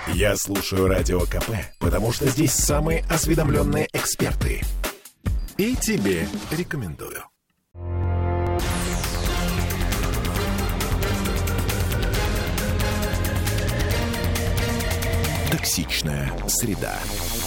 Я слушаю Радио КП, потому что здесь самые осведомленные эксперты. И тебе рекомендую. Токсичная среда.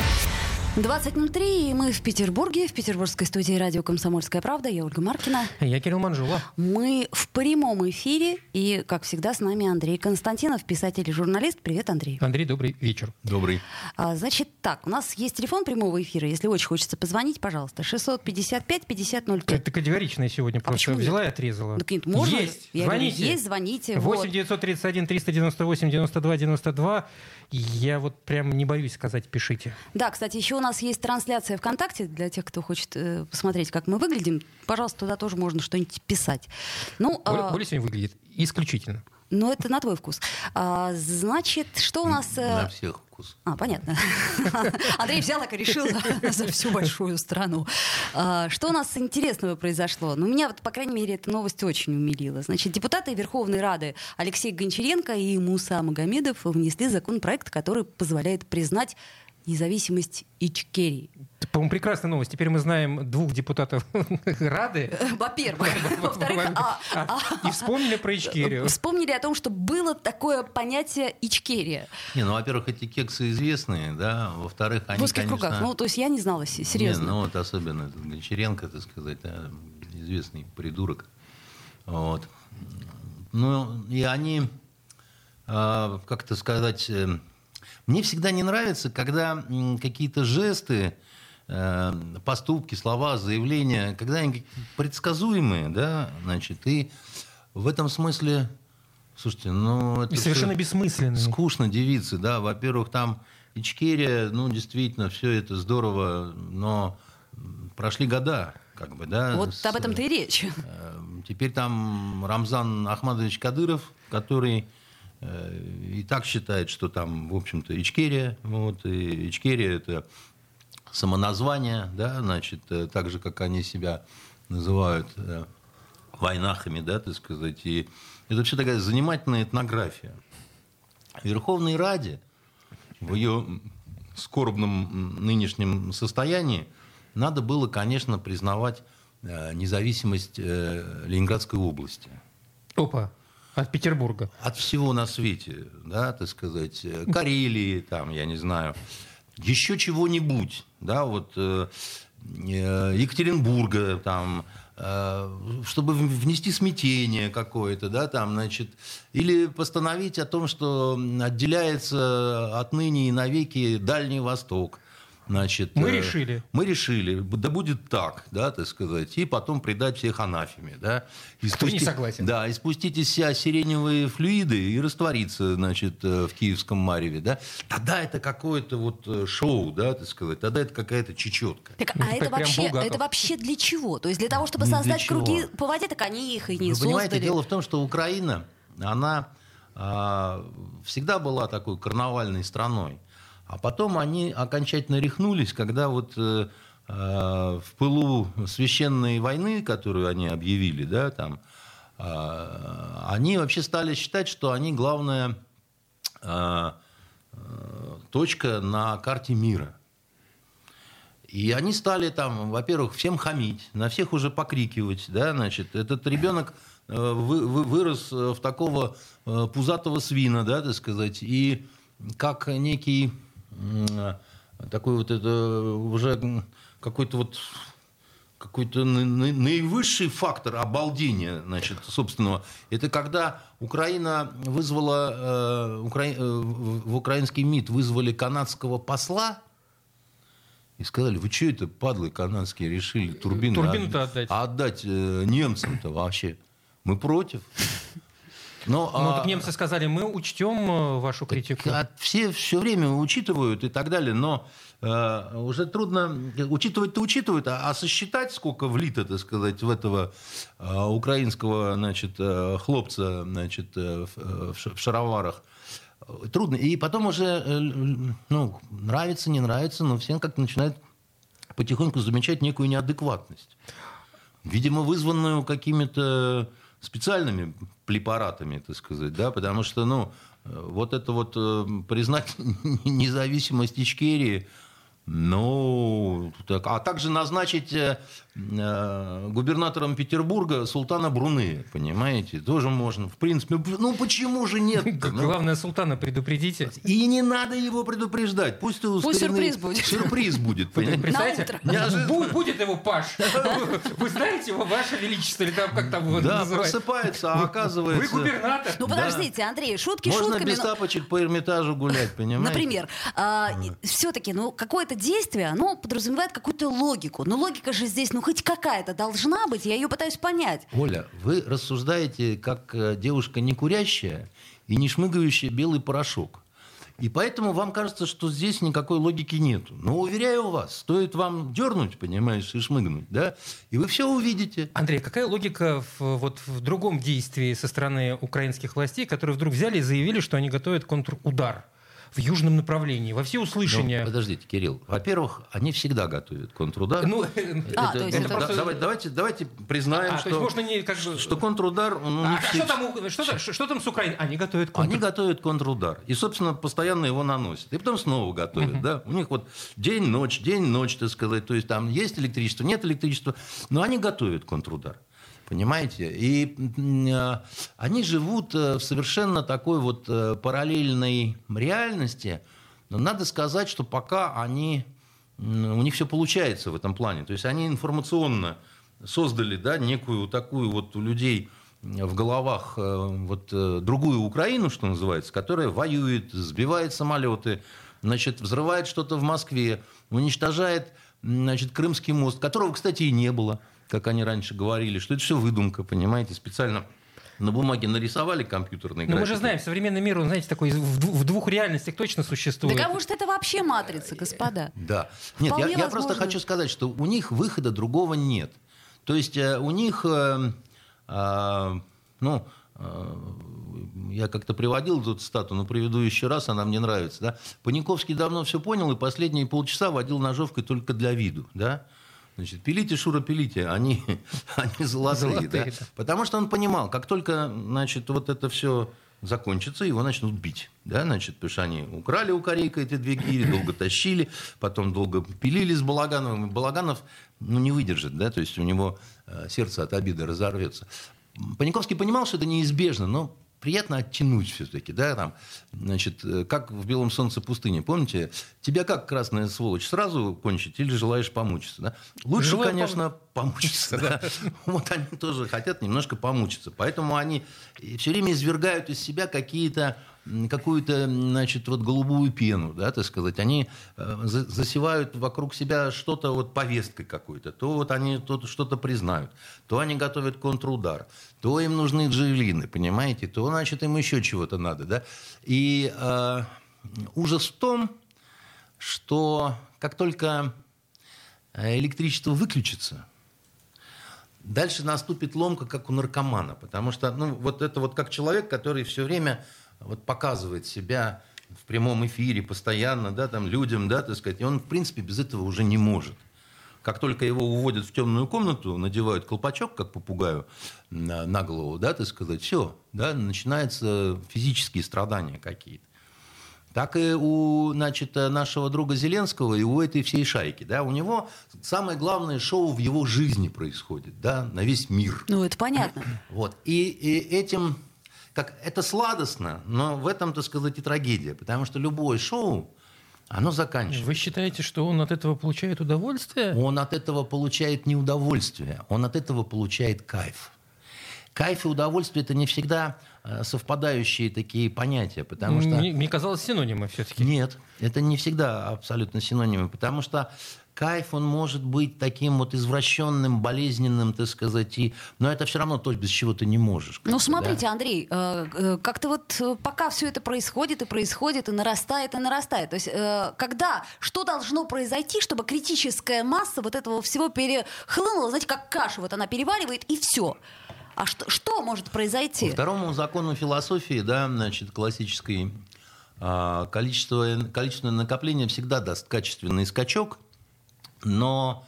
20:03, и мы в Петербурге, в петербургской студии радио «Комсомольская правда». Я Ольга Маркина. Я Кирилл Манжула. Мы в прямом эфире, и, как всегда, с нами Андрей Константинов, писатель и журналист. Привет, Андрей. Андрей, добрый вечер. Добрый. Значит так, у нас есть телефон прямого эфира. Если очень хочется позвонить, пожалуйста, 655-5005. Это категоричная сегодня просто взяла и отрезала. Да, можно? Есть, я звоните. Говорю, есть, звоните. 8 931 398 92 92. Я вот прям не боюсь сказать, пишите. Да, кстати, еще у нас есть трансляция ВКонтакте для тех, кто хочет посмотреть, как мы выглядим. Пожалуйста, туда тоже можно что-нибудь писать. Оля сегодня выглядит исключительно. Ну, это на твой вкус. Значит, что у нас... На всех вкус. Понятно. Андрей взял так и решил за всю большую страну. Что у нас интересного произошло? Ну, меня, по крайней мере, эта новость очень умилила. Значит, депутаты Верховной Рады Алексей Гончаренко и Муса Магомедов внесли законопроект, который позволяет признать независимость Ичкерии. Это, по-моему, прекрасная новость. Теперь мы знаем двух депутатов Рады. Во-первых. Во-вторых, и вспомнили про Ичкерию. Вспомнили о том, что было такое понятие Ичкерия. Во-первых, эти кексы известные, да. Во-вторых, они, в узких кругах. Ну, то есть я не знала, серьезно. Вот особенно этот Гончаренко, так сказать, да, известный придурок. Вот. Ну, и они, как-то сказать... Мне всегда не нравится, когда какие-то жесты, поступки, слова, заявления, когда они предсказуемые, да, значит, и в этом смысле, слушайте, ну... это и совершенно бессмысленные. Скучно девицы, да, во-первых, там Ичкерия, ну, действительно, все это здорово, но прошли года, как бы, да. Вот об этом-то и речь. Теперь там Рамзан Ахмадович Кадыров, который... и так считает, что там, в общем-то, Ичкерия. Вот, и Ичкерия – это самоназвание, да, значит, так же, как они себя называют войнахами, да, так сказать. И это вообще такая занимательная этнография. В Верховной Раде, в ее скорбном нынешнем состоянии, надо было, конечно, признавать независимость Ленинградской области. Опа. От Петербурга. От всего на свете, да, так сказать, Карелии, там, я не знаю, еще чего-нибудь, да, вот Екатеринбурга, там, чтобы внести смятение какое-то, да, там, значит, или постановить о том, что отделяется отныне и навеки Дальний Восток. Значит, мы решили, да будет так, да, так сказать, и потом предать всех анафеме, да. Кто не согласен. Да, и спустить из себя сиреневые флюиды и раствориться, значит, в Киевском мареве, да. Тогда это какое-то вот шоу, да, так сказать, тогда это какая-то чечетка. Так, это вообще для чего? То есть для того, чтобы создать круги по воде, так они их и не создали. Вы понимаете, дело в том, что Украина, она всегда была такой карнавальной страной. А потом они окончательно рехнулись, когда вот в пылу священной войны, которую они объявили, да, там, они вообще стали считать, что они главная точка на карте мира. И они стали там, во-первых, всем хамить, на всех уже покрикивать, да, значит, этот ребенок вырос в такого пузатого свина, да, так сказать, и как некий такой вот это уже какой-то наивысший фактор обалдения, значит, собственного. Это когда Украина вызвала, в украинский МИД вызвали канадского посла и сказали: вы что это, падлы канадские, решили турбину-то отдать немцам-то вообще? Мы против. Так немцы сказали: мы учтем вашу критику. Все время учитывают и так далее, но уже трудно. Учитывать-то учитывают, а сосчитать, сколько влито, так сказать, в этого украинского, значит, хлопца, значит, в шароварах, трудно. И потом уже, ну, нравится, не нравится, но все как-то начинают потихоньку замечать некую неадекватность. Видимо, вызванную какими-то специальными препаратами, так сказать, да, потому что, ну, вот это вот признать независимость Ичкерии, ну, так, а также назначить губернатором Петербурга султана Брунея, понимаете, тоже можно. В принципе, ну почему же нет? Главное, султана предупредите. И не надо его предупреждать. Пусть сюрприз будет. Сюрприз будет. Представляете? Будет его Паш. Вы знаете его, Ваше Величество, или там как там его Да, называют? просыпается, а оказывается... Вы губернатор. Ну подождите, Андрей, шутки Можно шутками. без тапочек по Эрмитажу гулять, понимаете? Например, все-таки, какое-то действие, оно подразумевает какую-то логику. Но логика же здесь, хоть какая-то должна быть, я ее пытаюсь понять. Оля, вы рассуждаете как девушка не курящая и не шмыгающая белый порошок. И поэтому вам кажется, что здесь никакой логики нету. Но, уверяю вас, стоит вам дернуть, понимаешь, и шмыгнуть, да, и вы все увидите. Андрей, какая логика в другом действии со стороны украинских властей, которые вдруг взяли и заявили, что они готовят контрудар в южном направлении, во всеуслышание? Подождите, Кирилл. Во-первых, они всегда готовят контрудар. Давайте признаем, что контрудар... Что там с Украиной? Они готовят контрудар. Они готовят контрудар. И, собственно, постоянно его наносят. И потом снова готовят. Да? У них вот день-ночь, так сказать. То есть там есть электричество, нет электричества. Но они готовят контрудар. Понимаете? И они живут в совершенно такой вот параллельной реальности. Но надо сказать, что пока у них все получается в этом плане. То есть они информационно создали, да, некую такую вот у людей в головах другую Украину, что называется, которая воюет, сбивает самолеты, взрывает что-то в Москве, уничтожает, Крымский мост, которого, кстати, и не было, как они раньше говорили, что это все выдумка, понимаете, специально на бумаге нарисовали компьютерные графики. Но мы же знаем, современный мир, он, знаете, такой в двух реальностях точно существует. Да может, это вообще матрица, господа? Да. Нет, я просто хочу сказать, что у них выхода другого нет. То есть у них, я как-то приводил эту цитату, но приведу еще раз, она мне нравится. Да? Паниковский давно все понял и последние полчаса водил ножовкой только для виду. Да? Пилите, Шура, пилите, они золотые. Да? Потому что он понимал, как только вот это все закончится, его начнут бить. Да? Потому что они украли у Корейка эти 2 гири, долго тащили, потом долго пилили с Балагановым. И Балаганов не выдержит, да? То есть у него сердце от обиды разорвется. Паниковский понимал, что это неизбежно, но приятно оттянуть все-таки, да, там, как в «Белом солнце пустыни», помните? Тебя как, красная сволочь, сразу кончить или желаешь помучиться, да? Лучше, конечно, помучиться, да. Вот они тоже хотят немножко помучиться, поэтому они все время извергают из себя какую-то, голубую пену, да, так сказать. Они засевают вокруг себя что-то повесткой какой-то. То вот они что-то признают, то они готовят контрудар, то им нужны джавелины, понимаете, то, им еще чего-то надо, да. И ужас в том, что как только электричество выключится, дальше наступит ломка, как у наркомана, потому что, это как человек, который все время показывает себя в прямом эфире постоянно, да, там, людям, да, так сказать, и он, в принципе, без этого уже не может. Как только его уводят в темную комнату, надевают колпачок, как попугаю, на голову, да, так сказать, все, да, начинаются физические страдания какие-то. Так и у, нашего друга Зеленского и у этой всей шайки, да, у него самое главное шоу в его жизни происходит, да, на весь мир. Это понятно. Вот, и этим... Это сладостно, но в этом, так сказать, и трагедия. Потому что любое шоу, оно заканчивается. Вы считаете, что он от этого получает удовольствие? Он от этого получает не удовольствие, он от этого получает кайф. Кайф и удовольствие – это не всегда совпадающие такие понятия, потому что... Мне казалось, синонимы все-таки. Нет, это не всегда абсолютно синонимы, потому что кайф, он может быть таким извращенным, болезненным, так сказать, но это все равно то, без чего ты не можешь. Смотрите, да? Андрей, как-то пока все это происходит, и нарастает. То есть что должно произойти, чтобы критическая масса этого всего перехлынула, знаете, как каша, она переваривает, и все. А что может произойти? По второму закону философии, да, классической, количественное накопление всегда даст качественный скачок. Но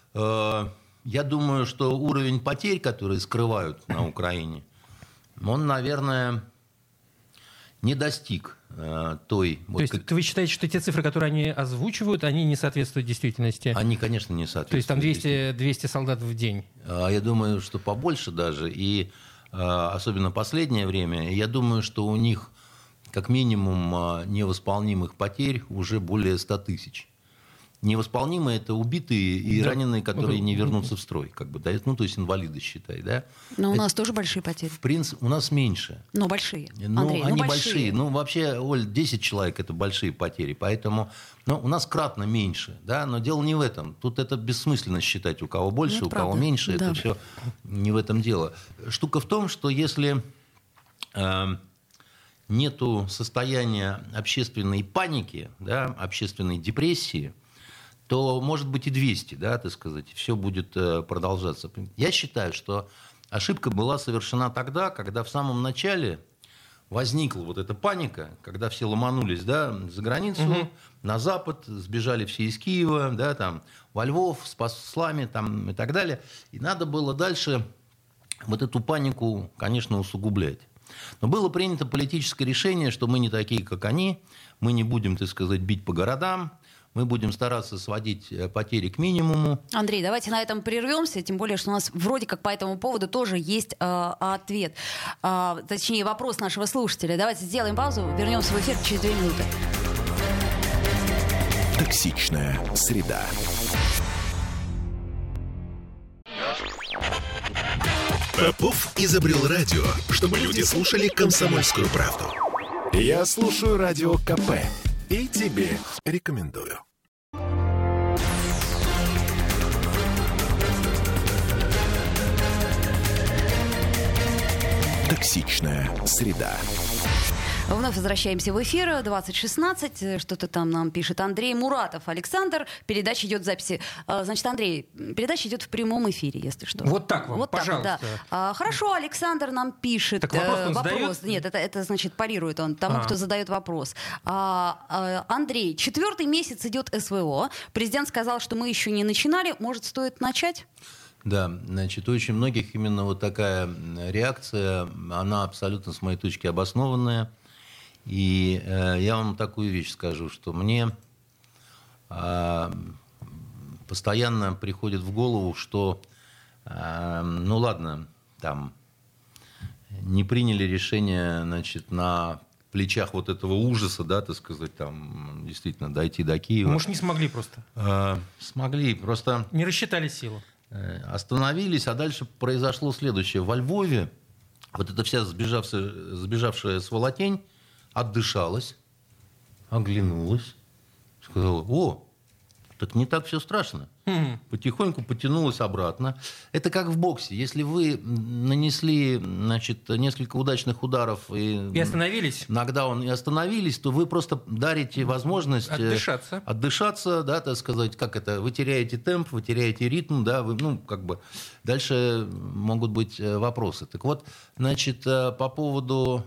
я думаю, что уровень потерь, которые скрывают на Украине, он, наверное, не достиг той... То есть вы считаете, что те цифры, которые они озвучивают, они не соответствуют действительности? Они, конечно, не соответствуют. То есть там 200 солдат в день? Я думаю, что побольше даже. И особенно последнее время, я думаю, что у них как минимум невосполнимых потерь уже более 100 тысяч. Невосполнимые — это убитые и раненые, которые не вернутся в строй. Как бы, да? Ну, то есть инвалиды, считай. Да? Но у нас тоже большие потери. В принципе, у нас меньше. Но большие. Андрей, они большие. большие. Ну, вообще, Оль, 10 человек — это большие потери. Поэтому у нас кратно меньше. Да? Но дело не в этом. Тут это бессмысленно считать, у кого больше, у кого меньше. Да. Это все не в этом дело. Штука в том, что если нету состояния общественной паники, да, общественной депрессии, то может быть и 200, да, так сказать, все будет продолжаться. Я считаю, что ошибка была совершена тогда, когда в самом начале возникла вот эта паника, когда все ломанулись, да, за границу, на Запад, сбежали все из Киева, да, там, во Львов с послами там, и так далее. И надо было дальше вот эту панику, конечно, усугублять. Но было принято политическое решение, что мы не такие, как они, мы не будем, так сказать, бить по городам, мы будем стараться сводить потери к минимуму. Андрей, давайте на этом прервемся, тем более, что у нас вроде как по этому поводу тоже есть ответ. Точнее, вопрос нашего слушателя. Давайте сделаем паузу, вернемся в эфир через 2 минуты. Токсичная среда. Попов изобрел радио, чтобы люди слушали «Комсомольскую правду». Я слушаю радио КП и тебе рекомендую. Токсичная среда. Вновь возвращаемся в эфир. 2016. Что-то там нам пишет Андрей Муратов. Александр. Передача идет в записи. Значит, Андрей, передача идет в прямом эфире, если что. Вот так вам, вот пожалуйста. Так, да. Хорошо, Александр нам пишет. Так вопрос. Нет, это значит парирует он тому, кто задает вопрос. Андрей, 4-й месяц идет СВО. Президент сказал, что мы еще не начинали. Может, стоит начать? Да, значит, у очень многих именно вот такая реакция, она абсолютно, с моей точки, обоснованная. И я вам такую вещь скажу, что мне постоянно приходит в голову, что, ну ладно, там не приняли решение, значит, на плечах вот этого ужаса, да, так сказать, там действительно дойти до Киева. Может, не смогли просто? Смогли, просто... Не рассчитали силу. Остановились, а дальше произошло следующее. Во Львове вот эта вся сбежавшая сволотень отдышалась, оглянулась, сказала: о, так не так все страшно. Потихоньку потянулась обратно. Это как в боксе. Если вы нанесли, значит, несколько удачных ударов и остановились, нокдаун, и остановились, то вы просто дарите возможность отдышаться, да, так сказать, как это, вы теряете темп, вы теряете ритм, да, вы, ну, как бы, дальше могут быть вопросы. Так вот, значит, по поводу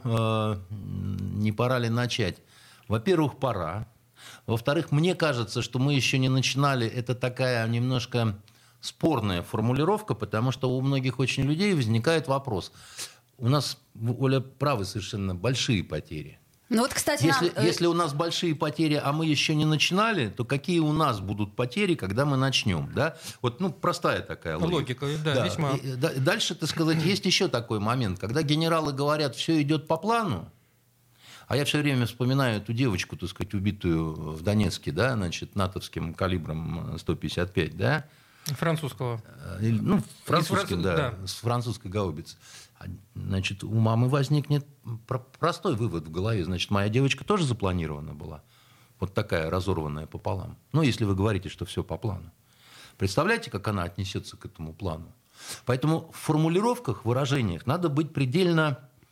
не пора ли начать. Во-первых, пора. Во-вторых, мне кажется, что мы еще не начинали. Это такая немножко спорная формулировка, потому что у многих очень людей возникает вопрос. У нас, Оля, правы совершенно, большие потери. Ну вот, кстати, если у нас большие потери, а мы еще не начинали, то какие у нас будут потери, когда мы начнем? Да? Вот, ну, простая такая логика. Логика, да, весьма. Дальше, так сказать, есть еще такой момент. Когда генералы говорят, все идет по плану, а я все время вспоминаю эту девочку, так сказать, убитую в Донецке, да, значит, натовским калибром 155, да? Французского. Ну, французским, да, с французской гаубицы. Значит, у мамы возникнет простой вывод в голове. Значит, моя девочка тоже запланирована была. Вот такая разорванная пополам. Ну, если вы говорите, что все по плану. Представляете, как она отнесется к этому плану? Поэтому в формулировках, в выражениях надо быть предельно...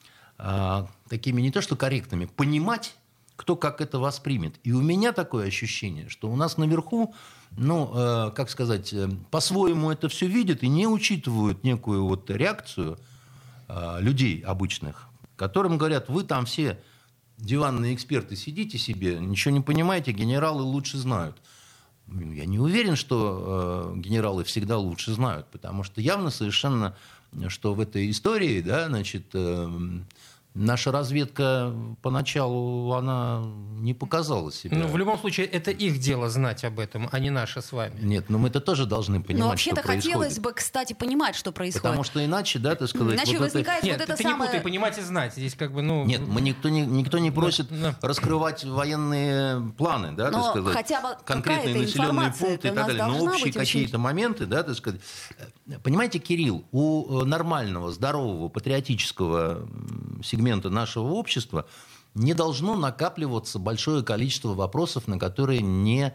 такими не то что корректными, понимать, кто как это воспримет. И у меня такое ощущение, что у нас наверху, ну, как сказать, по-своему это все видят и не учитывают некую вот реакцию людей обычных, которым говорят: вы там все диванные эксперты сидите себе, ничего не понимаете, генералы лучше знают. Я не уверен, что генералы всегда лучше знают, потому что явно совершенно, что в этой истории, да, значит, наша разведка поначалу, она не показала себя. Ну, в любом случае, это их дело знать об этом, а не наше с вами. Нет, но мы-то тоже должны понимать, Но вообще-то что происходит. хотелось бы, кстати, понимать, что происходит. Потому что иначе, да, так сказать... Иначе возникает Нет, вот это ты самое... не путай, понимать и знать. Здесь как бы, ну... Нет, никто не просит раскрывать военные планы, да, Но так сказать, хотя бы конкретные какая-то населенные информация пункты и у так нас далее, но должна общие быть очень- какие-то моменты, да, так сказать. Понимаете, Кирилл, у нормального, здорового, патриотического сегмента нашего общества не должно накапливаться большое количество вопросов, на которые не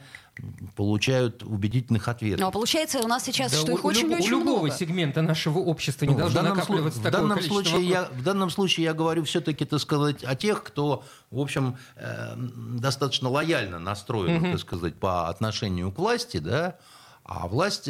получают убедительных ответов. Но получается, у нас сейчас, Да что их у очень-очень любого много. сегмента нашего общества не Ну, должно накапливаться в такое данном количество случае вопросов. в данном случае я говорю все-таки, так сказать, о тех, кто, в общем, достаточно лояльно настроен, так сказать, по отношению к власти, да, а власть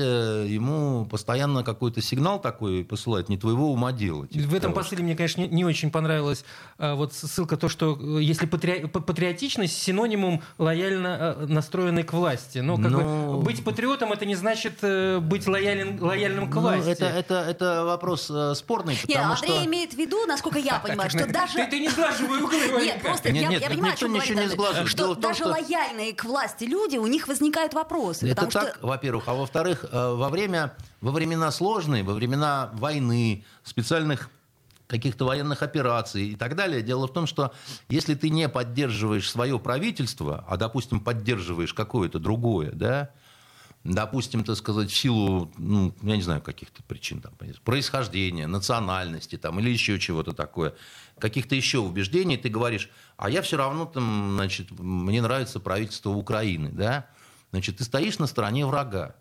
ему постоянно какой-то сигнал такой посылает, не твоего ума дело. Типа В этом того, посыле мне, конечно, не очень понравилась вот ссылка, то, что если патриотичность синонимум лояльно настроенной к власти. Но как бы быть патриотом, это не значит быть лояльным к власти. Это вопрос спорный, Нет, потому Андрей что... имеет в виду, насколько я понимаю, что даже... Ты не сглаживай углы. Нет, просто Нет, я понимаю, о чем никто ничего говорит не Андрей. сглаживает. Что Дело в том, даже что- лояльные к власти люди, у них возникают вопросы. Это потому так, что... во-первых. А во-вторых, во времена сложные, во времена войны, специальных каких-то военных операций и так далее, дело в том, что если ты не поддерживаешь свое правительство, а, допустим, поддерживаешь какое-то другое, да, допустим, так сказать, в силу, ну, я не знаю, каких-то причин, там, происхождения, национальности там, или еще чего-то такое, каких-то еще убеждений, ты говоришь, а я все равно, там, значит, мне нравится правительство Украины, да, значит, ты стоишь на стороне врага.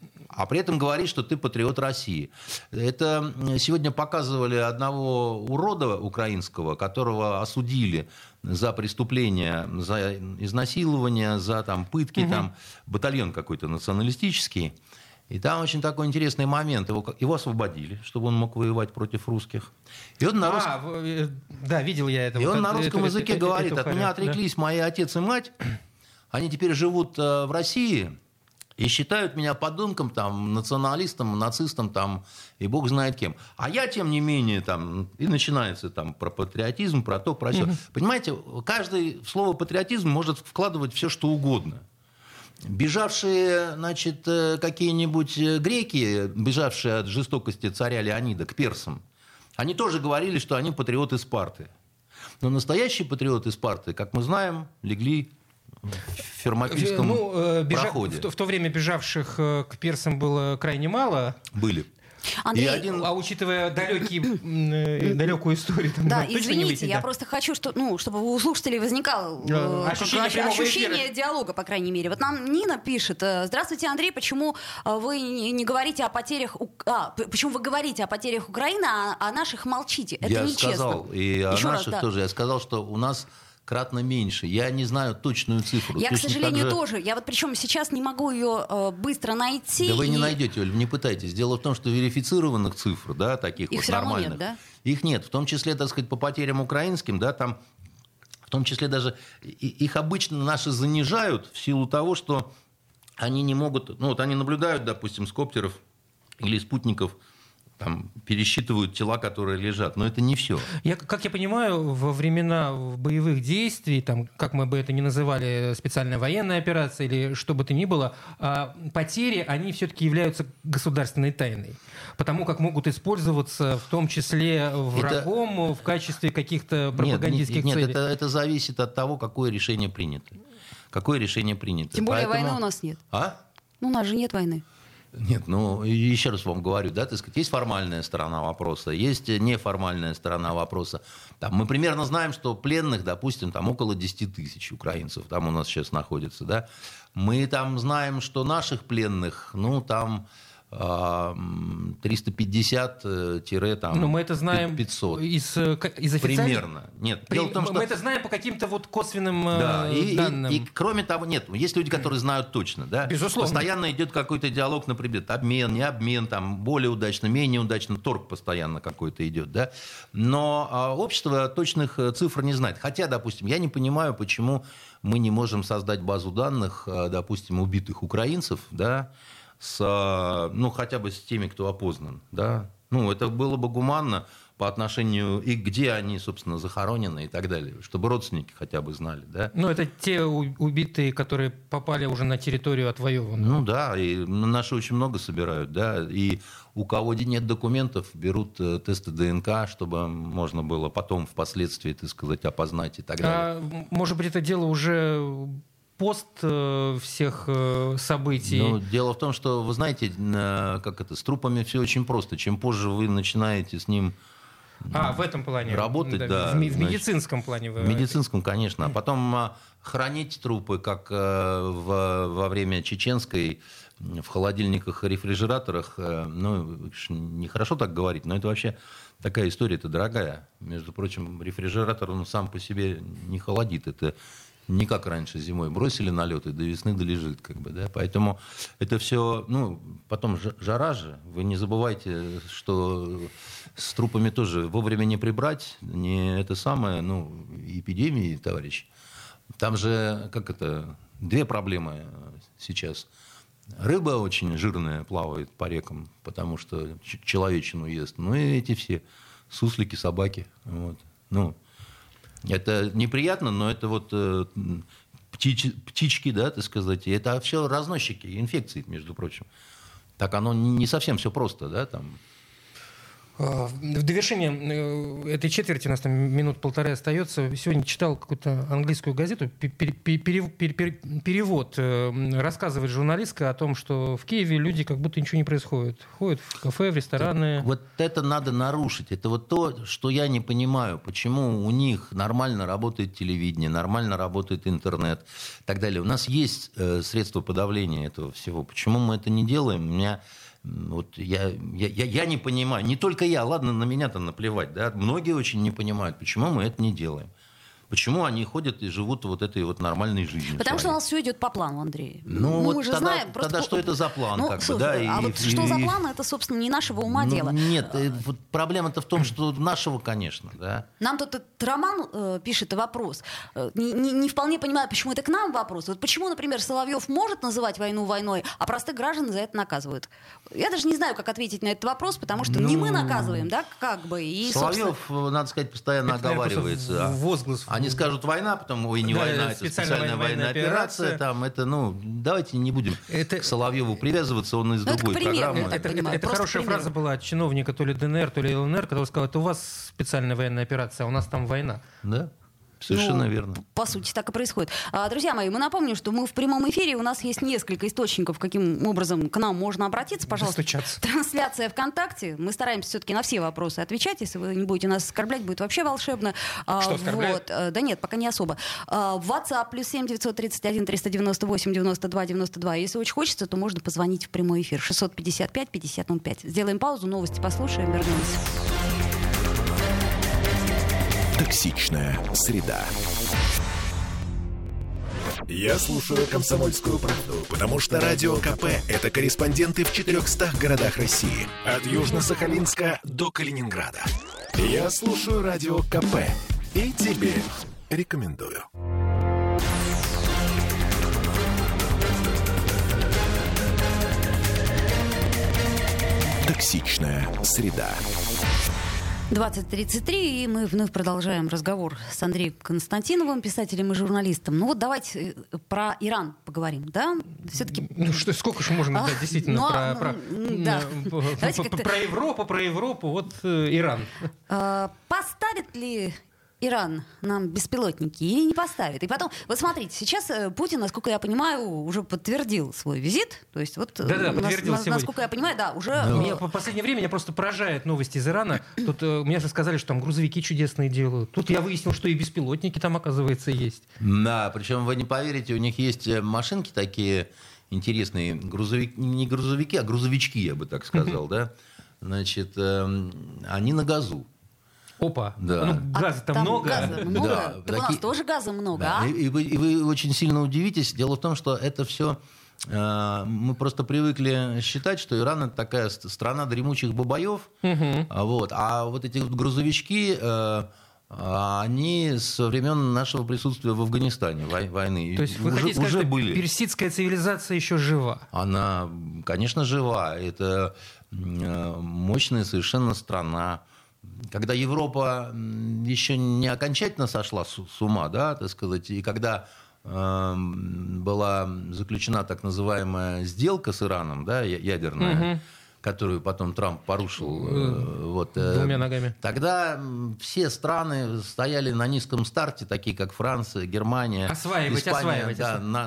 А при этом говоришь, что ты патриот России. Это сегодня показывали одного урода украинского, которого осудили за преступления, за изнасилование, за там, пытки, там, батальон какой-то националистический. И там очень такой интересный момент. Его освободили, чтобы он мог воевать против русских. И он на да, видел я это. и вот он на эту- русском эту- языке эту- говорит, эту от меня порядок, да. отреклись мои отец и мать, они теперь живут в России и считают меня подонком, там, националистом, нацистом там, и бог знает кем. А я, тем не менее, там, и начинается там, про патриотизм, про то, про сё. Понимаете, каждый в слово патриотизм может вкладывать все, что угодно. Бежавшие, значит, какие-нибудь греки, бежавшие от жестокости царя Леонида к персам, они тоже говорили, что они патриоты Спарты. Но настоящие патриоты Спарты, как мы знаем, легли в Фермопильском проходе. В то время бежавших к персам было крайне мало. Были. Андрей, И один- А учитывая далекую историю, там, да, точно не извините, выйти, я да. просто хочу, чтобы у слушателей возникало Ощущение прямого ощущение эфира. диалога, по крайней мере. Вот нам Нина пишет: здравствуйте, Андрей, почему вы не говорите о потерях... Почему вы говорите о потерях Украины, а о наших молчите? Это Я нечестно. сказал, и о Еще раз, наших да. тоже. Я сказал, что у нас кратно меньше. Я не знаю точную цифру. Я, к Точно сожалению, так же- тоже. Я вот причем сейчас не могу ее быстро найти. Да вы не и- найдете, Оль, не пытайтесь. Дело в том, что верифицированных цифр, да, таких Их вот всё равно нормальных, нет, да? их нет. В том числе, так сказать, по потерям украинским, да, там, в том числе даже их обычно наши занижают в силу того, что они не могут, ну вот они наблюдают, допустим, с коптеров или спутников, там, пересчитывают тела, которые лежат. Но это не все. Как я понимаю, во времена боевых действий, там, как мы бы это ни называли, специальная военная операция или что бы то ни было, потери, они все-таки являются государственной тайной. Потому как могут использоваться в том числе врагом в качестве каких-то пропагандистских нет, целей. это зависит от того, какое решение принято. Какое решение принято. Тем более Поэтому- войны у нас нет. А? Ну, у нас же нет войны. Нет, ну, еще раз вам говорю, да, так сказать, есть формальная сторона вопроса, есть неформальная сторона вопроса. Там, мы примерно знаем, что пленных, допустим, там около 10 тысяч украинцев там у нас сейчас находится, да. Мы там знаем, что наших пленных, ну, там 350-500. Но мы это знаем из официальных... Примерно. Нет, дело в том, что... Мы это знаем по каким-то вот косвенным Да, данным. и кроме того, нет, есть люди, которые знают точно, да. Безусловно. Постоянно идет какой-то диалог, например, обмен, не обмен, там, более удачно, менее удачно, торг постоянно какой-то идет, да. Но общество точных цифр не знает. Хотя, допустим, я не понимаю, почему мы не можем создать базу данных, допустим, убитых украинцев, да, ну, хотя бы с теми, кто опознан, да. Ну, это было бы гуманно. по отношению, и где они, собственно, захоронены и так далее, чтобы родственники хотя бы знали, да. Ну, это те убитые, которые попали уже на территорию отвоеванную. Ну да, и наши очень много собирают, да, и у кого нет документов, берут тесты ДНК, чтобы можно было потом впоследствии, так сказать, опознать и так далее. Может быть, это дело уже пост всех событий? Ну, дело в том, что, вы знаете, с трупами все очень просто. Чем позже вы начинаете с ним в этом плане работать, да. В медицинском плане. В медицинском, конечно. А потом хранить трупы, как во время чеченской, в холодильниках и рефрижераторах, ну, нехорошо так говорить, но это вообще такая история-то дорогая. Между прочим, рефрижератор, он сам по себе не холодит. Это не как раньше зимой. Бросили на лед и до весны долежит. Как бы, да? Поэтому это все... Ну, потом жара же. Вы не забывайте, что с трупами тоже вовремя не прибрать. Не это самое, ну, эпидемии, товарищи. Там же, две проблемы сейчас. Рыба очень жирная плавает по рекам, потому что человечину ест. Ну и эти все суслики, собаки. Вот. Ну, это неприятно, но это вот птички, да, так сказать. И это все разносчики инфекций, между прочим. Так оно не совсем все просто, да, там. В довершение этой четверти, у нас там минут полторы остается, сегодня читал какую-то английскую газету, перевод, рассказывает журналистка о том, что в Киеве люди как будто ничего не происходит. Ходят в кафе, в рестораны. Вот это надо нарушить. Это вот то, что я не понимаю, почему у них нормально работает телевидение, нормально работает интернет и так далее. У нас есть средства подавления этого всего. Почему мы это не делаем? У меня... Вот я не понимаю, не только я, ладно, на меня-то наплевать, да, многие очень не понимают, почему мы это не делаем. Почему они ходят и живут вот этой вот нормальной жизнью? Потому что у нас все идет по плану, Андрей. Ну вот мы же знаем, тогда что это за план? Ну, слушай, да, что за план, это, собственно, не нашего ума дело. Нет, вот проблема-то в том, что нашего, конечно, да. Нам тут этот Роман пишет вопрос. Не вполне понимаю, почему это к нам вопрос. Вот почему, например, Соловьев может называть войну войной, а простых граждан за это наказывают? Я даже не знаю, как ответить на этот вопрос, потому что не мы наказываем, да, как бы. И, Соловьев, надо сказать, постоянно оговаривается. Возглас. Они скажут война, потом ой, не война, это специальная военная операция. Там, это, ну, давайте не будем к Соловьеву привязываться, он из другой программы. Это хорошая фраза была от чиновника то ли ДНР, то ли ЛНР, который сказал, это у вас специальная военная операция, а у нас там война. Да. Совершенно верно. По сути, так и происходит. Друзья мои, мы напомним, что мы в прямом эфире, у нас есть несколько источников, каким образом к нам можно обратиться. Пожалуйста, трансляция ВКонтакте. Мы стараемся все-таки на все вопросы отвечать. Если вы не будете нас оскорблять, будет вообще волшебно. Что, оскорбляют? Да нет, пока не особо. WhatsApp +7 931 398 92 92. Если очень хочется, то можно позвонить в прямой эфир. 655 50 05. Сделаем паузу, новости послушаем, вернемся. Токсичная среда. Я слушаю «Комсомольскую правду», потому что Радио КП – это корреспонденты в 400 городах России. От Южно-Сахалинска до Калининграда. Я слушаю Радио КП и тебе рекомендую. Токсичная среда. 20:33, и мы вновь продолжаем разговор с Андреем Константиновым, писателем и журналистом. Ну вот давайте про Иран поговорим, да? Все-таки... Ну что, сколько же можно дать действительно про Европу, вот Иран. Поставит ли Иран нам беспилотники или не поставит? И потом, вот смотрите, сейчас Путин, насколько я понимаю, уже подтвердил свой визит. То есть вот, подтвердил сегодня. Насколько я понимаю, да, уже... Меня в последнее время меня просто поражают новости из Ирана. Тут мне же сказали, что там грузовики чудесные делают. Тут я выяснил, что и беспилотники там, оказывается, есть. Да, причем вы не поверите, у них есть машинки такие интересные, не грузовики, а грузовички, я бы так сказал, да. Значит, они на газу. Опа, да. Ну, газа-то много. Газа много? Да, так у нас тоже газа много, да. а? И вы очень сильно удивитесь. Дело в том, что это все... Мы просто привыкли считать, что Иран — это такая страна дремучих бабаев. Вот. А вот эти вот грузовички... Они со времен нашего присутствия в Афганистане, войны, то есть вы хотите сказать, что были. Персидская цивилизация еще жива? Она, конечно, жива. Это мощная совершенно страна. когда Европа еще не окончательно сошла с ума, да, так сказать, и когда была заключена так называемая сделка с Ираном, да, ядерная, которую потом Трамп порушил. Двумя ногами. Тогда все страны стояли на низком старте, такие как Франция, Германия, Испания,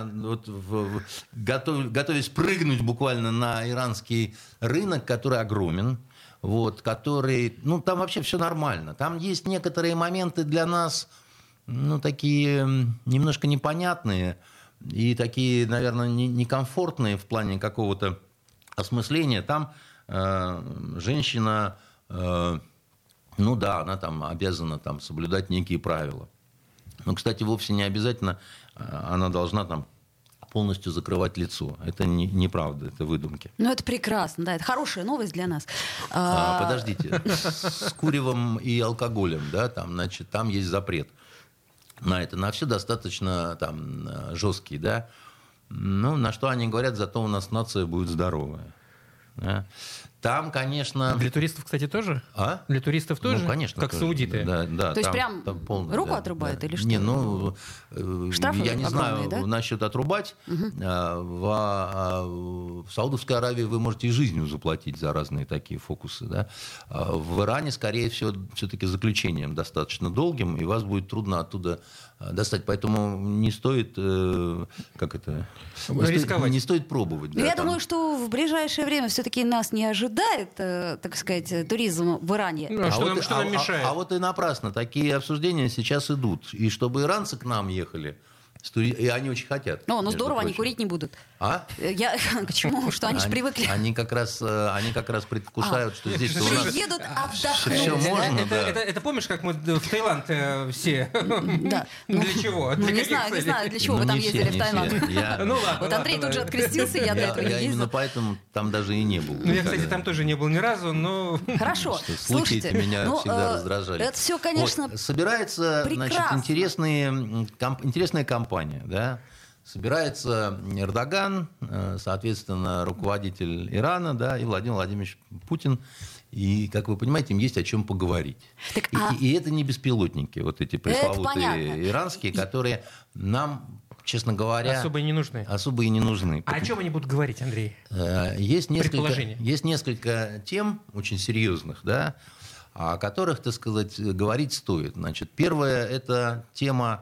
готовясь прыгнуть буквально на иранский рынок, который огромен. Который, там вообще все нормально. Там есть некоторые моменты для нас, такие немножко непонятные и такие, наверное, некомфортные в плане какого-то осмысления. Там женщина, она там обязана там соблюдать некие правила. Но, кстати, вовсе не обязательно она должна там полностью закрывать лицо. Это неправда, это выдумки. Это прекрасно, да, это хорошая новость для нас. Подождите, с куревом и алкоголем, да, там есть запрет на это, на все достаточно там жесткий, да. На что они говорят, зато у нас нация будет здоровая. Да? Там, конечно... Для туристов, кстати, тоже? А? Для туристов тоже? Конечно. Как тоже. саудиты? Да, то есть прям руку отрубают или что? Штрафы я не знаю, да? насчет отрубать. В Саудовской Аравии вы можете и жизнью заплатить за разные такие фокусы. Да? В Иране, скорее всего, все-таки заключением достаточно долгим, и вас будет трудно оттуда достать. Поэтому не стоит... рисковать. Не стоит пробовать. Я думаю, что в ближайшее время все-таки нас не ожидает, так сказать, туризм в Иране. Что нам мешает? А вот и напрасно. Такие обсуждения сейчас идут. И чтобы иранцы к нам ехали, и они очень хотят. Здорово, они курить не будут. К чему? Что они же привыкли. Они как раз предвкушают, что здесь у нас едут отдохнуть. все можно. Это помнишь, как мы в Таиланд все? Да. Для чего? Не знаю, для чего вы там ездили в Таиланд. Вот Андрей тут же открестился, я для этого не Я именно ездила. поэтому там даже и не был. Я, кстати, там тоже не был ни разу, но... Хорошо. Случаи эти меня всегда раздражали. Это все, конечно, собирается, прекрасно. интересная компания, да? Собирается Эрдоган, соответственно, руководитель Ирана, да, и Владимир Владимирович Путин. И, как вы понимаете, им есть о чем поговорить. И это не беспилотники, вот эти пресловутые иранские, которые нам, честно говоря... Особо и не нужны. А о чем они будут говорить, Андрей? Есть несколько тем очень серьезных, да, о которых, так сказать, говорить стоит. Значит, первая – это тема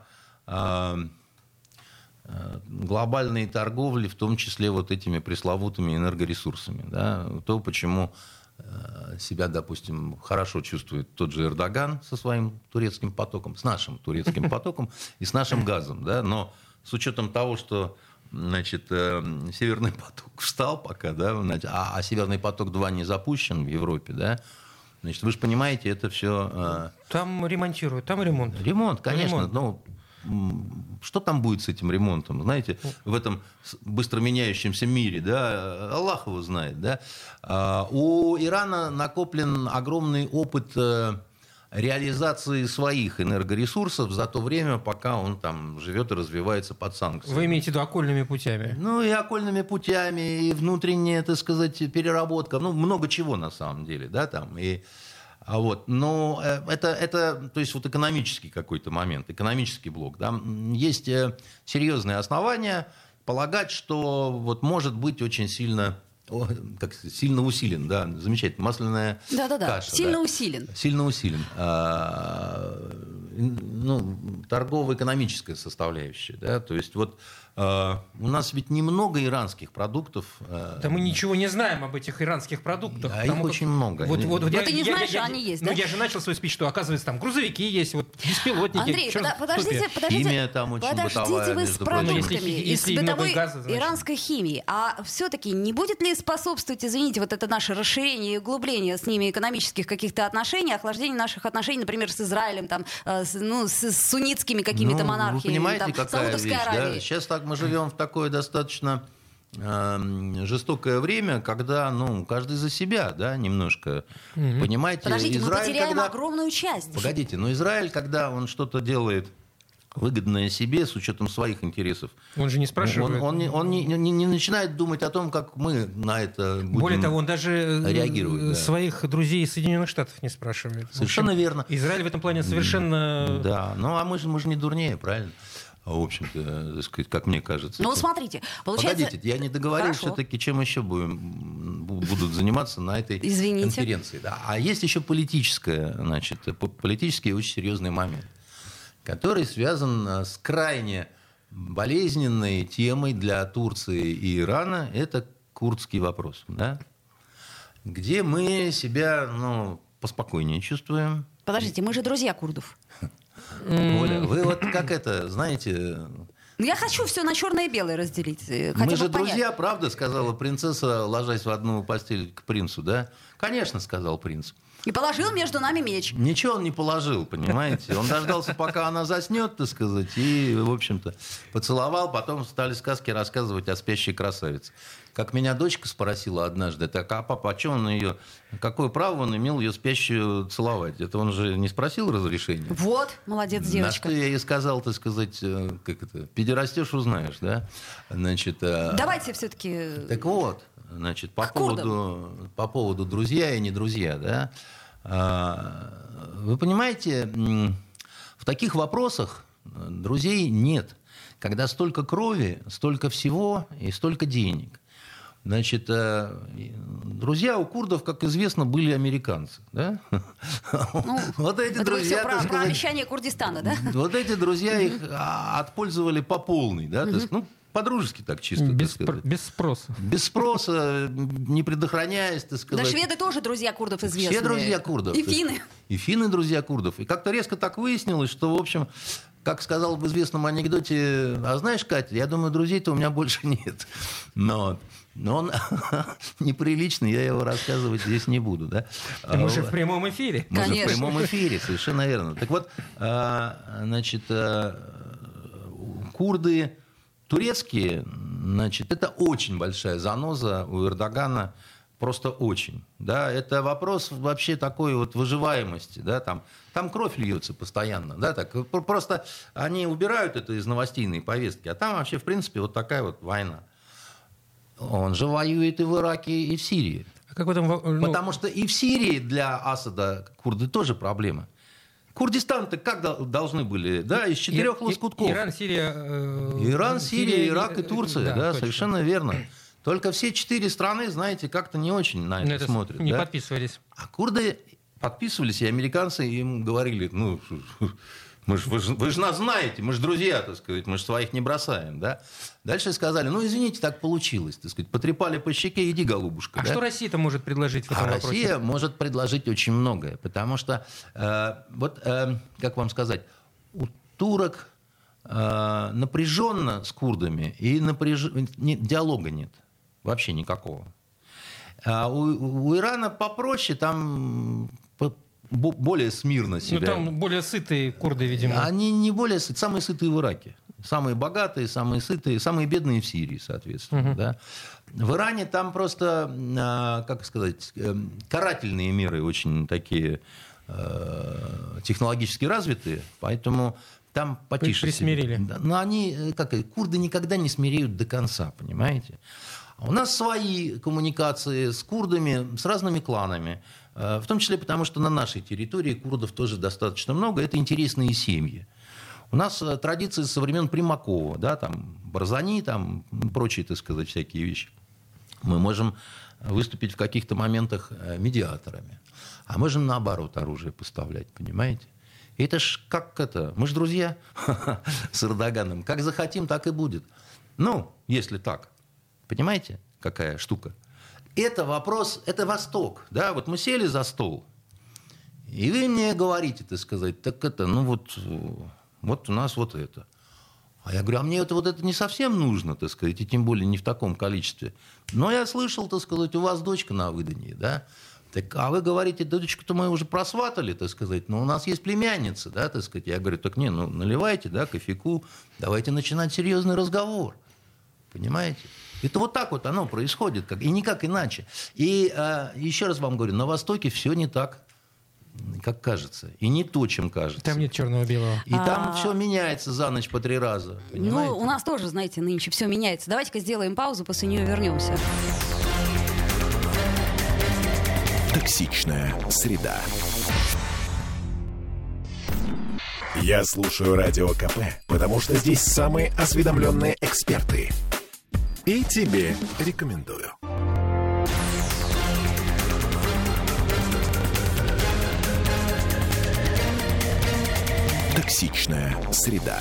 глобальной торговли, в том числе вот этими пресловутыми энергоресурсами. Да? То, почему себя, допустим, хорошо чувствует тот же Эрдоган со своим турецким потоком, с нашим турецким потоком и с нашим газом. Да? Но с учетом того, что Северный поток встал пока, да, а Северный поток-2 не запущен в Европе, да, значит, вы же понимаете, это все... Там ремонтируют, там ремонт. Ремонт, конечно. Что там будет с этим ремонтом? Знаете, в этом быстро меняющемся мире, да, Аллах его знает, да. У Ирана накоплен огромный опыт реализации своих энергоресурсов за то время, пока он там живет и развивается под санкциями. Вы имеете в виду окольными путями? И окольными путями, и внутренняя, так сказать, переработка, много чего на самом деле, да, там, и... Но это, то есть, вот экономический какой-то момент, экономический блок. Да? Есть серьезные основания полагать, что вот может быть очень сильно усилен, да, замечательно, масляная каша. Сильно усилен. Сильно усилен. Торгово-экономическая составляющая, да, то есть вот у нас ведь немного иранских продуктов. Да мы ничего не знаем об этих иранских продуктах. А их очень много. Ты не знаешь, что они есть, да? Я же начал свой спич, что, оказывается, там грузовики есть, вот беспилотники. Андрей, подождите. Химия там очень бытовая, Подождите вы с продуктами, если с бытовой газа, значит... иранской химией. А все-таки не будет ли способствовать, извините, вот это наше расширение и углубление с ними экономических каких-то отношений, охлаждение наших отношений, например, с Израилем, там, с суннитскими какими-то монархиями, вы понимаете, там, Саудовской Аравии? Да? Сейчас так мы живем в такое достаточно жестокое время, когда, каждый за себя, да, немножко. Понимаете, Подождите, Израиль, мы потеряем огромную часть. Погодите, Израиль, когда он что-то делает выгодное себе с учетом своих интересов. Он же не спрашивает. Он не начинает думать о том, как мы на это будем Более того, он даже реагировать, своих друзей из Соединенных Штатов не спрашивает. Совершенно верно. Израиль в этом плане совершенно... Да, ну а мы же не дурнее, правильно? В общем-то, так сказать, как мне кажется. Ну, смотрите, получается... Погодите, я не договорил Хорошо. все-таки, чем еще будут заниматься на этой Извините. конференции. Да. А есть еще политический очень серьезный момент, который связан с крайне болезненной темой для Турции и Ирана. Это курдский вопрос, да? Где мы себя поспокойнее чувствуем. Подождите, мы же друзья курдов. Оля, вы вот как это, знаете... Я хочу все на черное и белое разделить. Мы же друзья, правда, сказала принцесса, ложась в одну постель к принцу, да? Конечно, сказал принц. И положил между нами меч. Ничего он не положил, понимаете? Он дождался, пока она заснет, так сказать, и, в общем-то, поцеловал. Потом стали сказки рассказывать о спящей красавице. Как меня дочка спросила однажды, так, а папа, а что он ее, какое право он имел ее спящую целовать? Это он же не спросил разрешения? Вот, молодец, девочка. На что я ей сказал, так сказать, как это, пойдешь, узнаешь, да? Значит, давайте все-таки... Так вот, значит, по поводу друзья и не друзья, да? Вы понимаете, в таких вопросах друзей нет. Когда столько крови, столько всего и столько денег. Значит, друзья у курдов, как известно, были американцы. Да? Вот эти друзья, это все про обещание Курдистана, да? Вот эти друзья их отпользовали по полной. Да? По-дружески так чисто. Без спроса. Без спроса, не предохраняясь, так сказать. Да, шведы тоже друзья курдов известные. Все друзья курдов. И финны. И финны друзья курдов. И как-то резко так выяснилось, что, в общем, как сказал в известном анекдоте, а знаешь, Катя, я думаю, друзей-то у меня больше нет. Но он неприличный, я его рассказывать здесь не буду. Да? Мы же в прямом эфире. Мы же в прямом эфире, совершенно верно. Так вот, значит, курды турецкие, значит, это очень большая заноза у Эрдогана, просто очень. Да? Это вопрос вообще такой вот выживаемости. Да? Там кровь льется постоянно. Да? Так, просто они убирают это из новостейной повестки, а там вообще, в принципе, вот такая вот война. Он же воюет и в Ираке, и в Сирии. А как в этом, Потому что и в Сирии для Асада курды тоже проблема. Курдистан-то как должны были? Да, из 4 лоскутков. Иран, Сирия, Ирак и Турция. Да, совершенно верно. Только все 4 страны, знаете, как-то не очень на это смотрят. Не подписывались. А курды подписывались, и американцы им говорили, вы же нас знаете, мы же друзья, так сказать, мы же своих не бросаем, да. Дальше сказали, извините, так получилось, так сказать, потрепали по щеке, иди, голубушка. А что Россия-то может предложить в этом вопросе? Россия может предложить очень многое, потому что, как вам сказать, у турок напряженно с курдами, и диалога нет, вообще никакого. А у Ирана попроще, там более смирно себя. Там более сытые курды, видимо. Они не более сытые, самые сытые в Ираке. Самые богатые, самые сытые, самые бедные в Сирии, соответственно. Да? В Иране там просто, как сказать, карательные меры очень такие технологически развитые, поэтому там потише. Присмирили. Но они, курды никогда не смиреют до конца, понимаете? У нас свои коммуникации с курдами, с разными кланами. В том числе потому, что на нашей территории курдов тоже достаточно много. Это интересные семьи. У нас традиции со времен Примакова, да, там, Барзани, там, прочие, так сказать, всякие вещи. Мы можем выступить в каких-то моментах медиаторами. А можем, наоборот, оружие поставлять, понимаете? И это ж как это... Мы же друзья с Эрдоганом. Как захотим, так и будет. Если так. Понимаете, какая штука? Это вопрос, это Восток. Да? Вот мы сели за стол, и вы мне говорите, так сказать, так это, вот у нас вот это. А я говорю, а мне это не совсем нужно, так сказать, и тем более не в таком количестве. Но я слышал, так сказать, у вас дочка на выдании, да? Так, а вы говорите, дочку-то мы уже просватали, так сказать, но у нас есть племянница, да, так сказать. Я говорю, так наливайте, да, кофейку, давайте начинать серьезный разговор. Понимаете? Это вот так вот оно происходит, и никак иначе. И еще раз вам говорю, на Востоке все не так. как кажется, и не то, чем кажется. Там нет черного-белого. И там все меняется за ночь по 3 раза. Понимаете? Ну, у нас тоже, знаете, нынче все меняется. Давайте-ка сделаем паузу, после нее вернемся. Токсичная среда. Я слушаю Радио КП, потому что здесь самые осведомленные эксперты. И тебе рекомендую. Токсичная среда.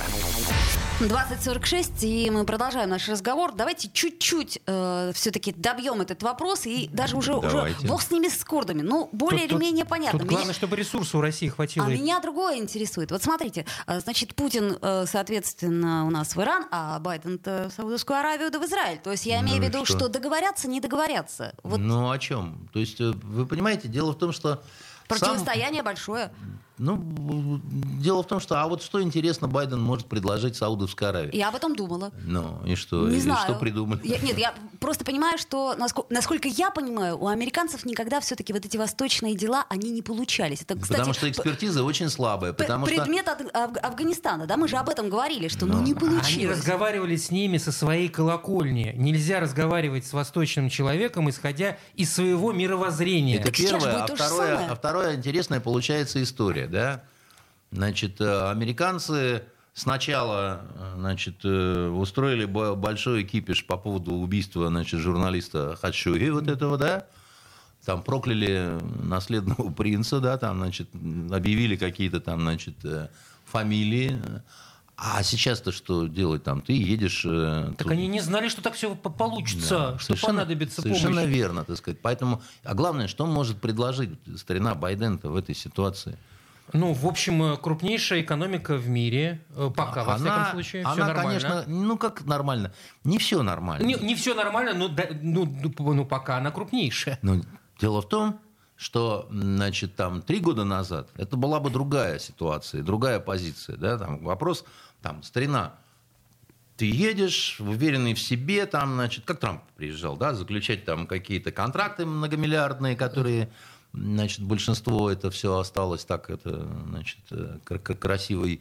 20:46, и мы продолжаем наш разговор. Давайте чуть-чуть все-таки добьем этот вопрос, и даже уже бог с ними, с курдами. Ну, более или менее понятно. Тут главное, чтобы ресурсов у России хватило. А меня другое интересует. Вот смотрите, значит, Путин, соответственно, у нас в Иран, а Байден-то в Саудовскую Аравию да в Израиль. То есть я имею в виду, что договорятся, не договорятся. Вот. Ну, о чем? То есть, вы понимаете, дело в том, что... Противостояние большое. Ну, дело в том, что... А вот что интересно Байден может предложить Саудовской Аравии? Я об этом думала. Ну, и что? Не и знаю. Что придумали? Я просто понимаю, что, насколько я понимаю, у американцев никогда все-таки вот эти восточные дела, они не получались. Это, кстати, потому что экспертиза очень слабая. Предмет Афганистана, да, мы же об этом говорили, что не получилось. Они разговаривали с ними со своей колокольни. Нельзя разговаривать с восточным человеком, исходя из своего мировоззрения. Это первое. А второе интересная получается история. Да? Значит, американцы сначала, значит, устроили большой кипиш по поводу убийства, значит, журналиста Хатшуги вот этого, да? Там прокляли наследного принца, да, там, значит, объявили какие-то там, значит, фамилии. А сейчас-то что делать там? Ты едешь... Так они не знали, что так все получится, Да, что понадобится помощь. Совершенно верно, так сказать. Поэтому, а главное, что может предложить старина Байден-то в этой ситуации? Ну, в общем, крупнейшая экономика в мире, пока, во всяком случае, все нормально. Конечно, ну как нормально? Не все нормально. Не все нормально, но пока она крупнейшая. Но дело в том, что, значит, там 3 года назад это была бы другая ситуация, другая позиция. Да? Там вопрос, там, старина, ты едешь, уверенный в себе, там, значит, как Трамп приезжал, да, заключать там какие-то контракты многомиллиардные, которые, значит, большинство это все осталось так, это, значит, красивой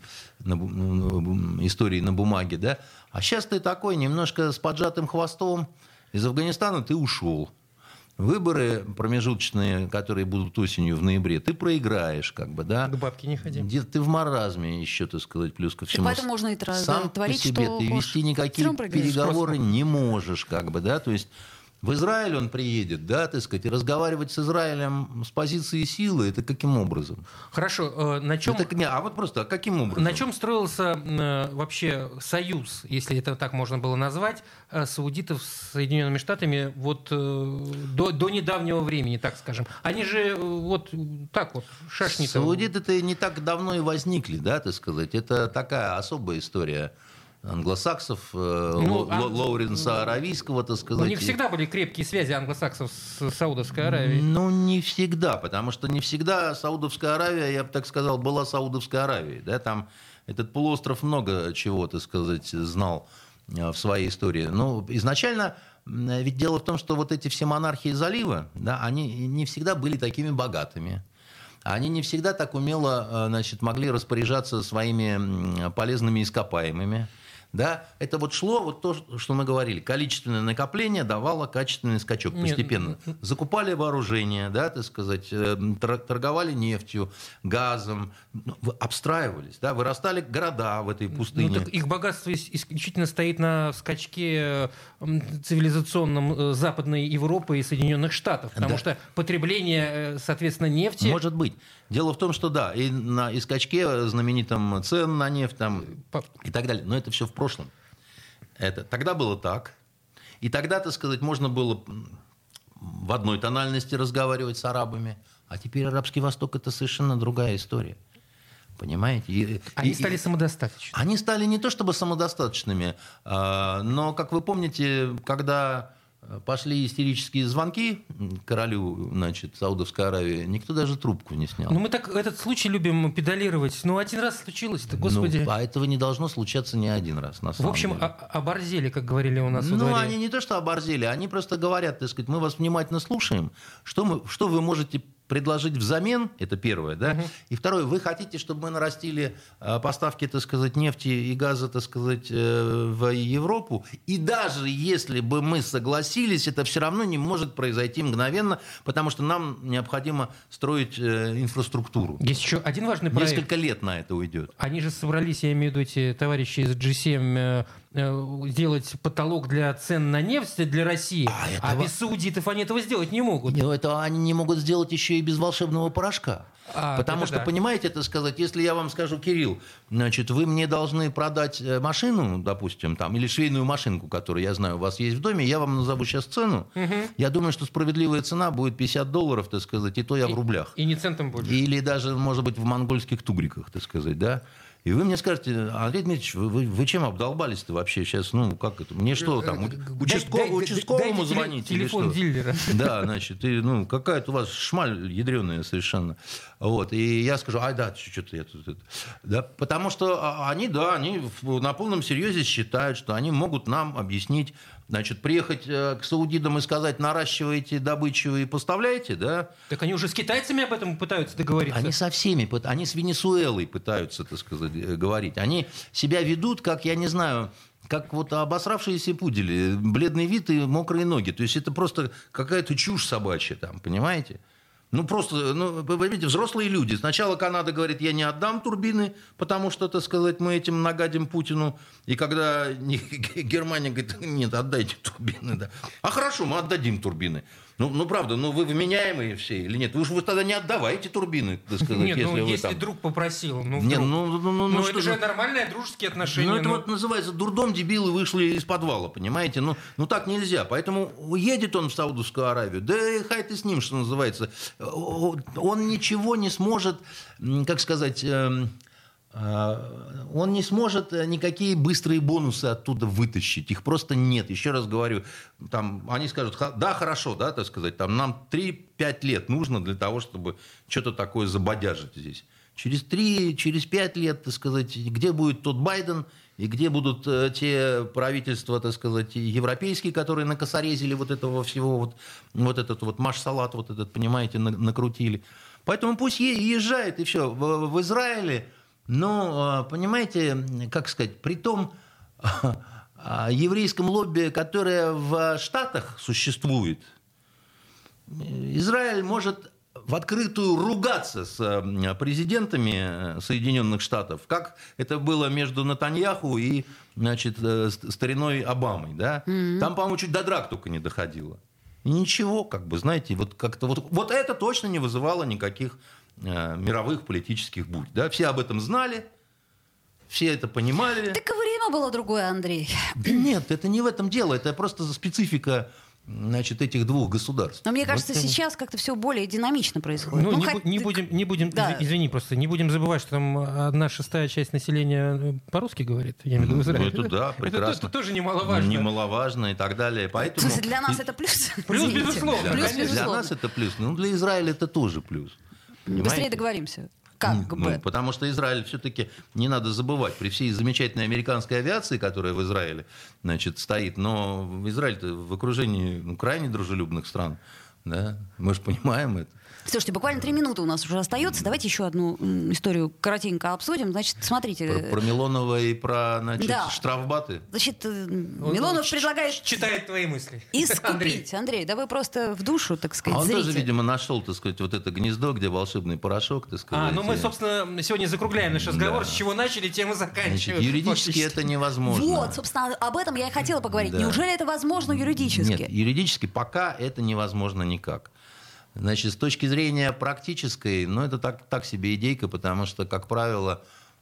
историей на бумаге, да. А сейчас ты такой, немножко с поджатым хвостом, из Афганистана ты ушел. Выборы промежуточные, которые будут осенью в ноябре, ты проиграешь, как бы, да. К бабке не ходи. Ты в маразме еще, так сказать, плюс ко всему. Поэтому можно и сам творить, по себе что ты вести никакие переговоры не можешь, как бы, да. То есть в Израиль он приедет, да, так сказать, и разговаривать с Израилем с позиции силы, это каким образом? Хорошо, на чем... А вот просто, каким образом? На чем строился вообще союз, если это так можно было назвать, саудитов с Соединенными Штатами вот до недавнего времени, так скажем? Они же вот так вот, шашни-то... Саудиты-то не так давно и возникли, да, так сказать. Это такая особая история англосаксов, Лоуренса Аравийского, так сказать. У них всегда были крепкие связи англосаксов с Саудовской Аравией. Ну, не всегда, потому что не всегда Саудовская Аравия, я бы так сказал, была Саудовской Аравией. Да? Там этот полуостров много чего, так сказать, знал в своей истории. Но изначально, ведь дело в том, что вот эти все монархии залива, да, они не всегда были такими богатыми. Они не всегда так умело, значит, могли распоряжаться своими полезными ископаемыми. Да, это вот шло, вот то, что мы говорили, количественное накопление давало качественный скачок постепенно. Закупали вооружение, да, так сказать, торговали нефтью, газом, обстраивались, да, вырастали города в этой пустыне. Ну, так их богатство исключительно стоит на скачке цивилизационном Западной Европы и Соединенных Штатов, потому что потребление, соответственно, нефти... Может быть. Дело в том, что да, и скачке знаменитом цен на нефть там, и так далее. Но это все в прошлом. Тогда было так. И тогда, так сказать, можно было в одной тональности разговаривать с арабами. А теперь Арабский Восток – это совершенно другая история. Понимаете? Они стали самодостаточными. Они стали не то чтобы самодостаточными, но, как вы помните, когда... Пошли истерические звонки королю, значит, Саудовской Аравии, никто даже трубку не снял. Ну, мы так этот случай любим педалировать. Ну, один раз случилось-то, господи. Ну, а этого не должно случаться не один раз, на самом деле. В общем, оборзели, как говорили у нас во дворе. Ну, они не то что оборзели, они просто говорят, так сказать, мы вас внимательно слушаем, что вы можете предложить взамен, это первое, да, и второе, вы хотите, чтобы мы нарастили поставки, так сказать, нефти и газа, так сказать, в Европу, и даже если бы мы согласились, это все равно не может произойти мгновенно, потому что нам необходимо строить инфраструктуру. Есть еще один важный проект. Несколько лет на это уйдет. Они же собрались, я имею в виду эти товарищи из G7, сделать потолок для цен на нефть для России, а без саудитов они этого сделать не могут. Но это они не могут сделать еще и без волшебного порошка. Потому что, понимаете, это сказать, если я вам скажу, Кирилл, значит, вы мне должны продать машину, допустим, там, или швейную машинку, которую, я знаю, у вас есть в доме, я вам назову сейчас цену, я думаю, что справедливая цена будет $50, так сказать, и то я в рублях. И не центом больше. Или даже, может быть, в монгольских тугриках, так сказать, да? И вы мне скажете, Андрей Дмитриевич, вы чем обдолбались-то вообще сейчас? Ну, как это? Мне что там, участковому звонить? Телефон дилера. Да, значит, какая-то у вас шмаль ядреная совершенно. Вот, и я скажу, что-то я тут... Да, потому что они на полном серьезе считают, что они могут нам объяснить, значит, приехать к саудитам и сказать, наращивайте добычу и поставляйте, да? Так они уже с китайцами об этом пытаются договориться? Они со всеми, они с Венесуэлой пытаются, так сказать, говорить. Они себя ведут, как, я не знаю, как вот обосравшиеся пудели, бледный вид и мокрые ноги. То есть это просто какая-то чушь собачья там, понимаете? Вы понимаете, взрослые люди. Сначала Канада говорит, я не отдам турбины, потому что, так сказать, мы этим нагадим Путину. И когда Германия говорит, нет, отдайте турбины. Да. А хорошо, мы отдадим турбины. Правда, вы вменяемые все или нет? Вы тогда не отдавайте турбины, так сказать. Нет, если друг попросил. Это же нормальные дружеские отношения. Это вот называется дурдом, дебилы вышли из подвала, понимаете? Так нельзя. Поэтому уедет он в Саудовскую Аравию, да и хай ты с ним, что называется. Он ничего не сможет, как сказать... Он не сможет никакие быстрые бонусы оттуда вытащить. Их просто нет. Еще раз говорю, там, они скажут, да, хорошо, да, так сказать, там, нам 3-5 лет нужно для того, чтобы что-то такое забодяжить здесь. Через 5 лет, так сказать, где будет тот Байден, и где будут те правительства, так сказать, европейские, которые накосорезили вот этого всего, вот этот вот маш-салат, вот этот, понимаете, накрутили. Поэтому пусть езжает, и все. В Израиле... понимаете, как сказать, при том еврейском лобби, которое в Штатах существует, Израиль может в открытую ругаться с президентами Соединенных Штатов, как это было между Нетаньяху и, значит, стариной Обамой. Да? Там, по-моему, чуть до драк только не доходило. И ничего, как бы, знаете, вот это точно не вызывало никаких мировых политических бурь. Да? Все об этом знали, все это понимали. Так и время было другое, Андрей. Нет, это не в этом дело, это просто специфика, значит, этих двух государств. Но мне кажется, сейчас как-то все более динамично происходит. Не будем, да. Извини, просто не будем забывать, что там 1/6 часть населения по-русски говорит. Я имею в виду Израиль. Это да, прекрасно. Это тоже немаловажно. Немаловажно и так далее. Поэтому... В смысле, для нас это плюс? Плюс, безусловно. Для нас это плюс. Для Израиля это тоже плюс. Понимаете? Быстрее договоримся. Как бы. Потому что Израиль все-таки, не надо забывать, при всей замечательной американской авиации, которая в Израиле, значит, стоит, но Израиль-то в окружении крайне дружелюбных стран. Да? Мы же понимаем это. Слушайте, буквально 3 минуты у нас уже остается. Давайте еще одну историю коротенько обсудим. Значит, смотрите. Про Милонова и про, значит, штрафбаты. Значит, Милонов предлагает... Читает твои мысли. Искупить. Андрей, да вы просто в душу, так сказать, он зрите. тоже, видимо, нашел, так сказать, вот это гнездо, где волшебный порошок, так сказать. Мы, собственно, сегодня закругляем наш разговор. Да. С чего начали, тем и заканчиваем. Значит, юридически это невозможно. Вот, собственно, об этом я и хотела поговорить. Да. Неужели это возможно юридически? Нет, юридически пока это невозможно никак. Значит, с точки зрения практической, это так себе идейка, потому что, как правило,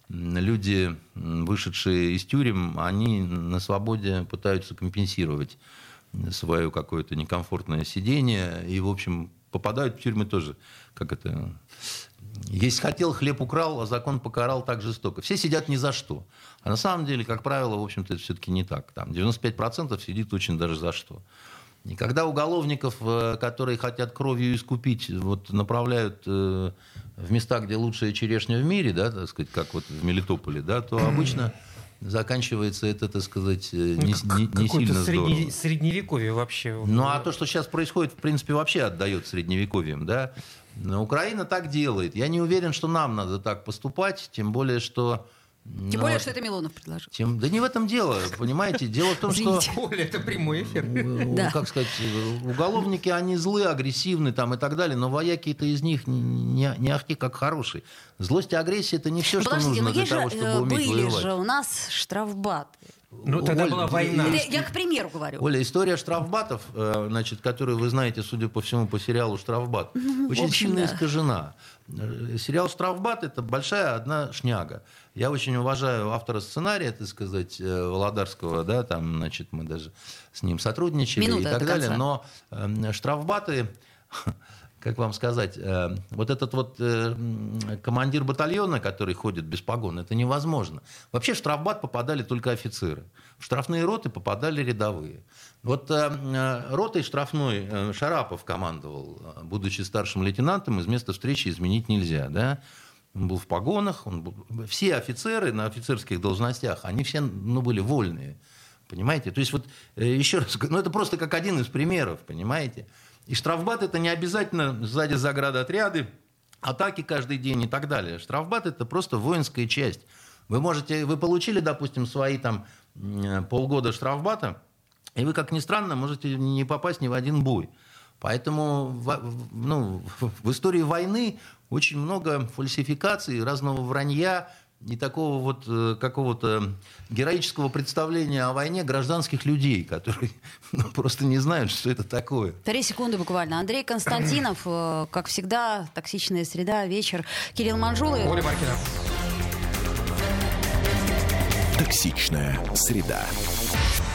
люди, вышедшие из тюрем, они на свободе пытаются компенсировать свое какое-то некомфортное сидение и, в общем, попадают в тюрьмы тоже. Как это? Если хотел, хлеб украл, а закон покарал так жестоко. Все сидят ни за что. А на самом деле, как правило, в общем-то, это все-таки не так. Там 95% сидит очень даже за что. И когда уголовников, которые хотят кровью искупить, направляют в места, где лучшая черешня в мире, да, так сказать, как вот в Мелитополе, да, то обычно заканчивается это, так сказать, не сильно здорово. Средневековье вообще. Ну, а то, что сейчас происходит, в принципе, вообще отдает средневековьем, да. Но Украина так делает. Я не уверен, что нам надо так поступать, тем более, что... Тем более, что это Милонов предложил. Да не в этом дело, понимаете. Дело в том, что... Оля, это прямой эфир. Как сказать, уголовники, они злые, агрессивны там и так далее, но вояки-то из них не ахти как хорошие. Злость и агрессия — это не все, что нужно для того, чтобы уметь воевать. Были же у нас штрафбаты. Ну, тогда была война. Я к примеру говорю. Оля, история штрафбатов, значит, которую вы знаете, судя по всему, по сериалу «Штрафбат», очень сильно искажена. Сериал «Штрафбат» — это большая одна шняга. Я очень уважаю автора сценария, так сказать, Володарского, да, там, значит, мы даже с ним сотрудничали и так далее. Но штрафбаты, как вам сказать, вот этот вот командир батальона, который ходит без погон, это невозможно. Вообще в штрафбат попадали только офицеры. В штрафные роты попадали рядовые. Вот ротой штрафной Шарапов командовал, будучи старшим лейтенантом, из места встречи изменить нельзя, да. Он был в погонах, все офицеры на офицерских должностях, они все были вольные, понимаете? То есть вот еще раз, это просто как один из примеров, понимаете? И штрафбат — это не обязательно сзади заградотряды, атаки каждый день и так далее. Штрафбат — это просто воинская часть. Вы получили, допустим, свои там полгода штрафбата, и вы, как ни странно, можете не попасть ни в один бой. Поэтому в истории войны очень много фальсификаций, разного вранья и такого вот какого-то героического представления о войне гражданских людей, которые просто не знают, что это такое. 3 секунды буквально. Андрей Константинов, как всегда, «Токсичная среда», вечер. Кирилл Манжула. Оля Маркина. Токсичная среда.